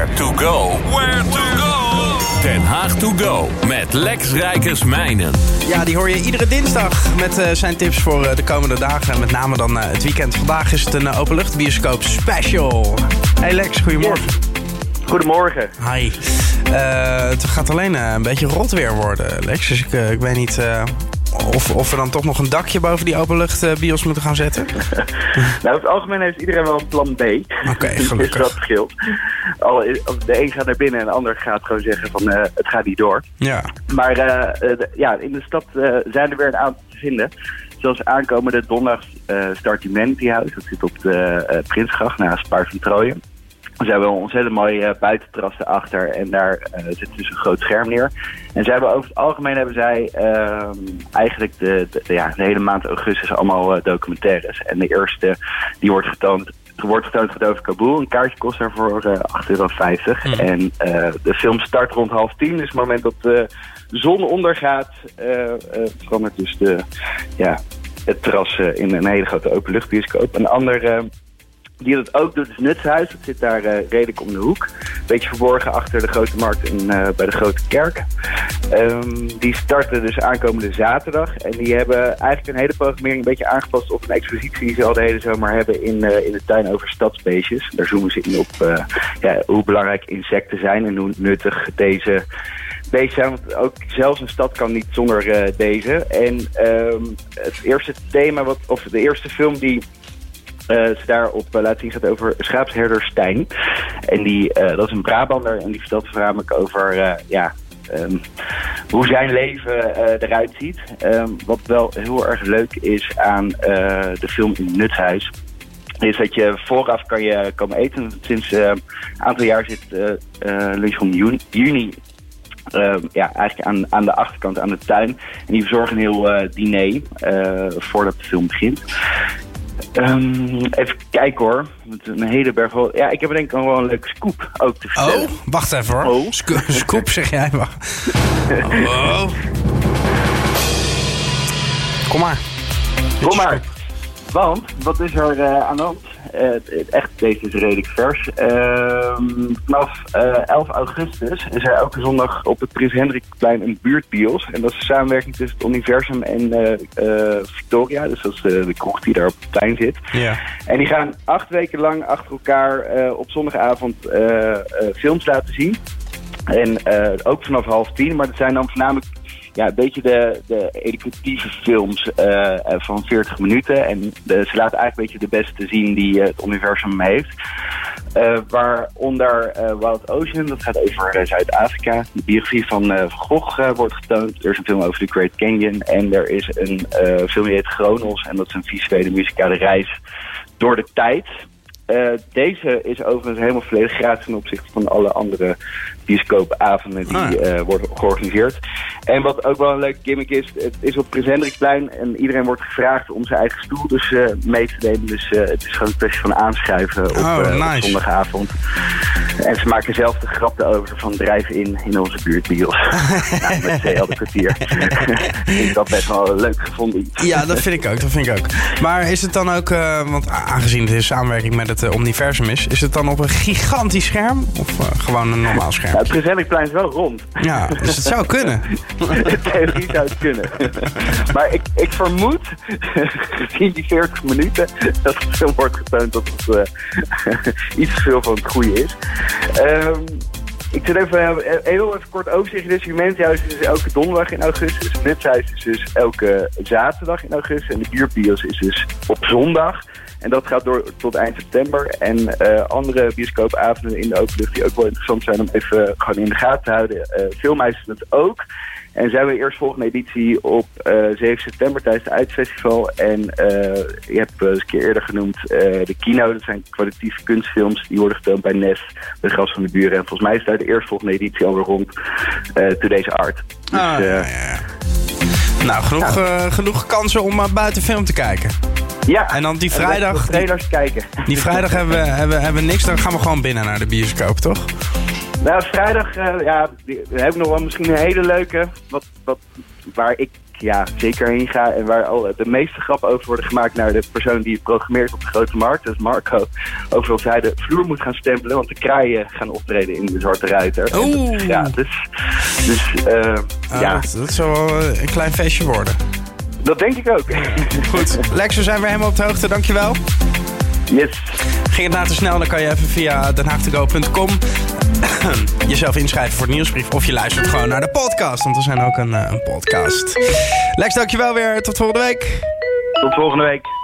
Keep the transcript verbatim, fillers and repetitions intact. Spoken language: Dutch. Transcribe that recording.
Where to go. Where to go. Den Haag to go met Lex Rijkersmijnen. Ja, die hoor je iedere dinsdag met uh, zijn tips voor uh, de komende dagen. En met name dan uh, het weekend. Vandaag is het een uh, openluchtbioscoop special. Hey Lex, goedemorgen. Yes. Goedemorgen. Hi. Uh, het gaat alleen uh, een beetje rot weer worden, Lex. Dus ik, uh, ik weet niet uh, of, of we dan toch nog een dakje boven die openluchtbios uh, moeten gaan zetten. Nou, op het algemeen heeft iedereen wel een plan B. Oké, okay, gelukkig. Dus dat scheelt. Alle, de een gaat naar binnen en de ander gaat gewoon zeggen van uh, het gaat niet door. Ja. Maar uh, de, ja, in de stad uh, zijn er weer een aantal te vinden. Zoals aankomende donderdag uh, start Humanity House. Dat zit op de uh, Prinsgracht naast Paard van Troje. Ze hebben een ontzettend mooi uh, buitenterras erachter en daar uh, zit dus een groot scherm neer. En ze hebben over het algemeen hebben zij uh, eigenlijk de, de, de, ja, de hele maand augustus allemaal uh, documentaires. En de eerste die wordt getoond, wordt getoond gaat over Kabul. Een kaartje kost daarvoor uh, acht euro vijftig. Mm. En uh, de film start rond half tien. Dus op het moment dat uh, de zon ondergaat, uh, uh, verandert dus de, ja, het terras uh, in een hele grote openluchtbioscoop. Een ander... Uh, Die dat ook doet, is Nutshuis. Dat zit daar uh, redelijk om de hoek. Beetje verborgen achter de Grote Markt en uh, bij de Grote Kerk. Um, die starten dus aankomende zaterdag. En die hebben eigenlijk een hele programmering een beetje aangepast op een expositie die ze al de hele zomer hebben in, uh, in de tuin over stadsbeestjes. Daar zoomen ze in op uh, ja, hoe belangrijk insecten zijn en hoe nuttig deze beestjes zijn. Want ook zelfs een stad kan niet zonder uh, deze. En um, het eerste thema, wat, of de eerste film die... Uh, ze daarop uh, laten zien gaat over schaapsherder Stijn. En die, uh, dat is een Brabander en die vertelt voornamelijk over uh, ja, um, hoe zijn leven uh, eruit ziet. Um, wat wel heel erg leuk is aan uh, de film in Nutshuis, is dat je vooraf kan je komen eten. Sinds uh, een aantal jaar zit uh, uh, lunch van juni, juni Uh, ja, eigenlijk aan, aan de achterkant, aan de tuin. En die verzorgen een heel uh, diner uh, voordat de film begint. Um, even kijken hoor. Met een hele berg. Ja, ik heb denk ik nog wel een leuke scoop ook te vertellen. Oh, wacht even hoor. Oh. Sco- scoop zeg jij maar. Oh. Kom maar. Kom maar. Want, wat is er uh, aan de hand? Uh, echt, deze is redelijk vers. Uh, vanaf uh, elf augustus is er elke zondag op het Prins Hendrikplein een buurtbios. En dat is een samenwerking tussen het Universum en uh, uh, Victoria. Dus dat is de, de kroeg die daar op het plein zit. Ja. En die gaan acht weken lang achter elkaar uh, op zondagavond uh, uh, films laten zien. En uh, ook vanaf half tien. Maar dat zijn dan voornamelijk... Ja, een beetje de, de educatieve films uh, van veertig minuten. En de, ze laten eigenlijk een beetje de beste zien die uh, het universum heeft. Uh, waaronder uh, Wild Ocean, dat gaat over uh, Zuid-Afrika. De biografie van uh, Van Gogh uh, wordt getoond. Er is een film over de Great Canyon. En er is een uh, film die heet Chronos. En dat is een visuele muzikale reis door de tijd. Uh, deze is overigens helemaal volledig gratis ten opzichte van alle andere bioscoopavonden die ah, ja. uh, worden georganiseerd. En wat ook wel een leuke gimmick is, het is op Prins Hendrikplein en iedereen wordt gevraagd om zijn eigen stoel dus uh, mee te nemen. Dus uh, het is gewoon een kwestie van aanschuiven op, oh, uh, nice. op zondagavond. En ze maken zelf de grap erover van drive-in in onze buurtbios. Nou, met C L de kwartier. Ik heb dat best wel leuk gevonden. Ja, dat vind ik ook, dat vind ik ook. Maar is het dan ook, uh, want aangezien het in samenwerking met het uh, Omniversum is, is het dan op een gigantisch scherm of uh, gewoon een normaal scherm? Nou, het Prins Hendrikplein is wel rond. Ja, dus het zou kunnen. In theorie zou het kunnen. Maar ik, ik vermoed, gezien die veertig minuten, dat het film wordt getoond dat het uh, iets te veel van het goede is. Um, ik zit even uh, heel even kort overzicht. Dus Humanity House is dus elke donderdag in augustus. Nutshuis is dus elke zaterdag in augustus. En de buurtbios is dus op zondag. En dat gaat door tot eind september. En uh, andere bioscoopavonden in de openlucht die ook wel interessant zijn om even uh, gewoon in de gaten te houden. Uh, Filmhuis is het ook. En zijn we eerst volgende editie op uh, zeven september tijdens het Uitfestival. En uh, je hebt uh, eens een keer eerder genoemd uh, de Kino. Dat zijn kwalitatieve kunstfilms. Die worden getoond bij Nes, de Gras van de Buren. En volgens mij is daar de eerste volgende editie alweer rond uh, Today's Art. Dus, ah, uh, ja, ja. Nou, genoeg, nou. Uh, genoeg kansen om uh, buiten film te kijken. Ja, en dan die vrijdag. De trailers kijken. Die vrijdag hebben we, hebben, hebben we niks. Dan gaan we gewoon binnen naar de bioscoop, toch? Nou, vrijdag uh, ja, we hebben nog wel misschien een hele leuke. Wat, wat, waar ik ja, zeker heen ga. En waar al de meeste grappen over worden gemaakt naar de persoon die het programmeert op de grote markt. Dat is Marco. Over of hij de vloer moet gaan stempelen. Want de kraaien gaan optreden in de Zwarte Ruiter. Oeh. Ja, dus... dus uh, uh, ja. Dat, dat zal wel een klein feestje worden. Dat denk ik ook. Goed. Lex, we zijn weer helemaal op de hoogte. Dankjewel. Yes. Ging het nou te snel, dan kan je even via den haag to go punt com jezelf inschrijven voor de nieuwsbrief. Of je luistert gewoon naar de podcast, want we zijn ook een, uh, een podcast. Lex, dankjewel weer. Tot volgende week. Tot volgende week.